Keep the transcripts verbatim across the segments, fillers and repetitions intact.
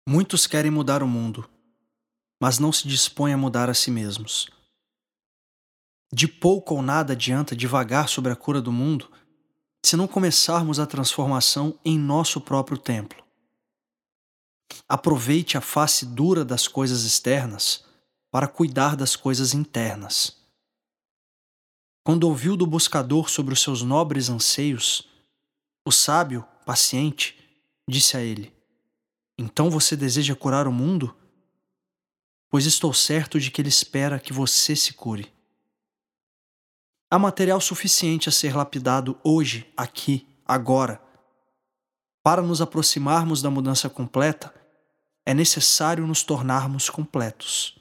Muitos querem mudar o mundo, mas não se dispõem a mudar a si mesmos. De pouco ou nada adianta divagar sobre a cura do mundo se não começarmos a transformação em nosso próprio templo. Aproveite a face dura das coisas externas para cuidar das coisas internas. Quando ouviu do buscador sobre os seus nobres anseios, o sábio, paciente, disse a ele: então você deseja curar o mundo? Pois estou certo de que ele espera que você se cure. Há material suficiente a ser lapidado hoje, aqui, agora. Para nos aproximarmos da mudança completa, é necessário nos tornarmos completos.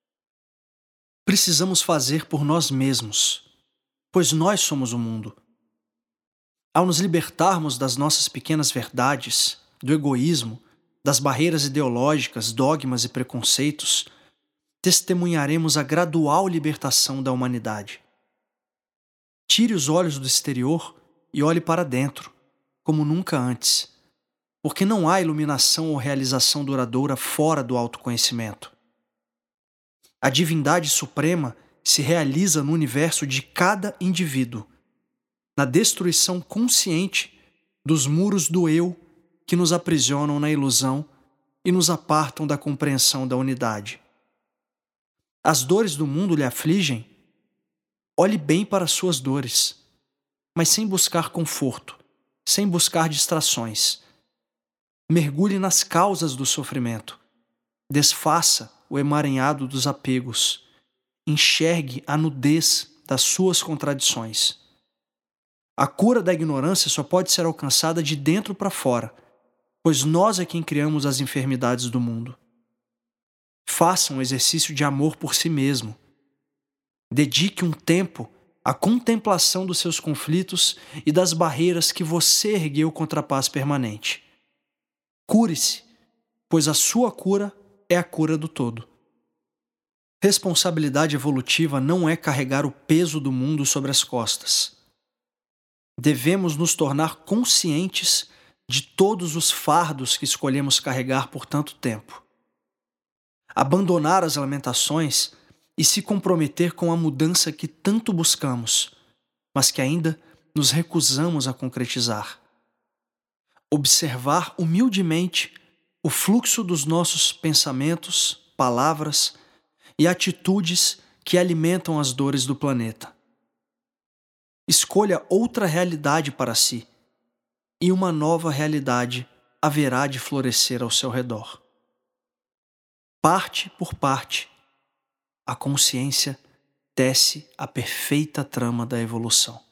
Precisamos fazer por nós mesmos, pois nós somos o mundo. Ao nos libertarmos das nossas pequenas verdades, do egoísmo, das barreiras ideológicas, dogmas e preconceitos, testemunharemos a gradual libertação da humanidade. Tire os olhos do exterior e olhe para dentro, como nunca antes, porque não há iluminação ou realização duradoura fora do autoconhecimento. A divindade suprema se realiza no universo de cada indivíduo, na destruição consciente dos muros do eu que nos aprisionam na ilusão e nos apartam da compreensão da unidade. As dores do mundo lhe afligem? Olhe bem para as suas dores, mas sem buscar conforto, sem buscar distrações. Mergulhe nas causas do sofrimento. Desfaça o emaranhado dos apegos. Enxergue a nudez das suas contradições. A cura da ignorância só pode ser alcançada de dentro para fora, pois nós é quem criamos as enfermidades do mundo. Faça um exercício de amor por si mesmo. Dedique um tempo à contemplação dos seus conflitos e das barreiras que você ergueu contra a paz permanente. Cure-se, pois a sua cura é a cura do todo. Responsabilidade evolutiva não é carregar o peso do mundo sobre as costas. Devemos nos tornar conscientes de todos os fardos que escolhemos carregar por tanto tempo. Abandonar as lamentações e se comprometer com a mudança que tanto buscamos, mas que ainda nos recusamos a concretizar. Observar humildemente o fluxo dos nossos pensamentos, palavras e atitudes que alimentam as dores do planeta. Escolha outra realidade para si, e uma nova realidade haverá de florescer ao seu redor. Parte por parte, a consciência tece a perfeita trama da evolução.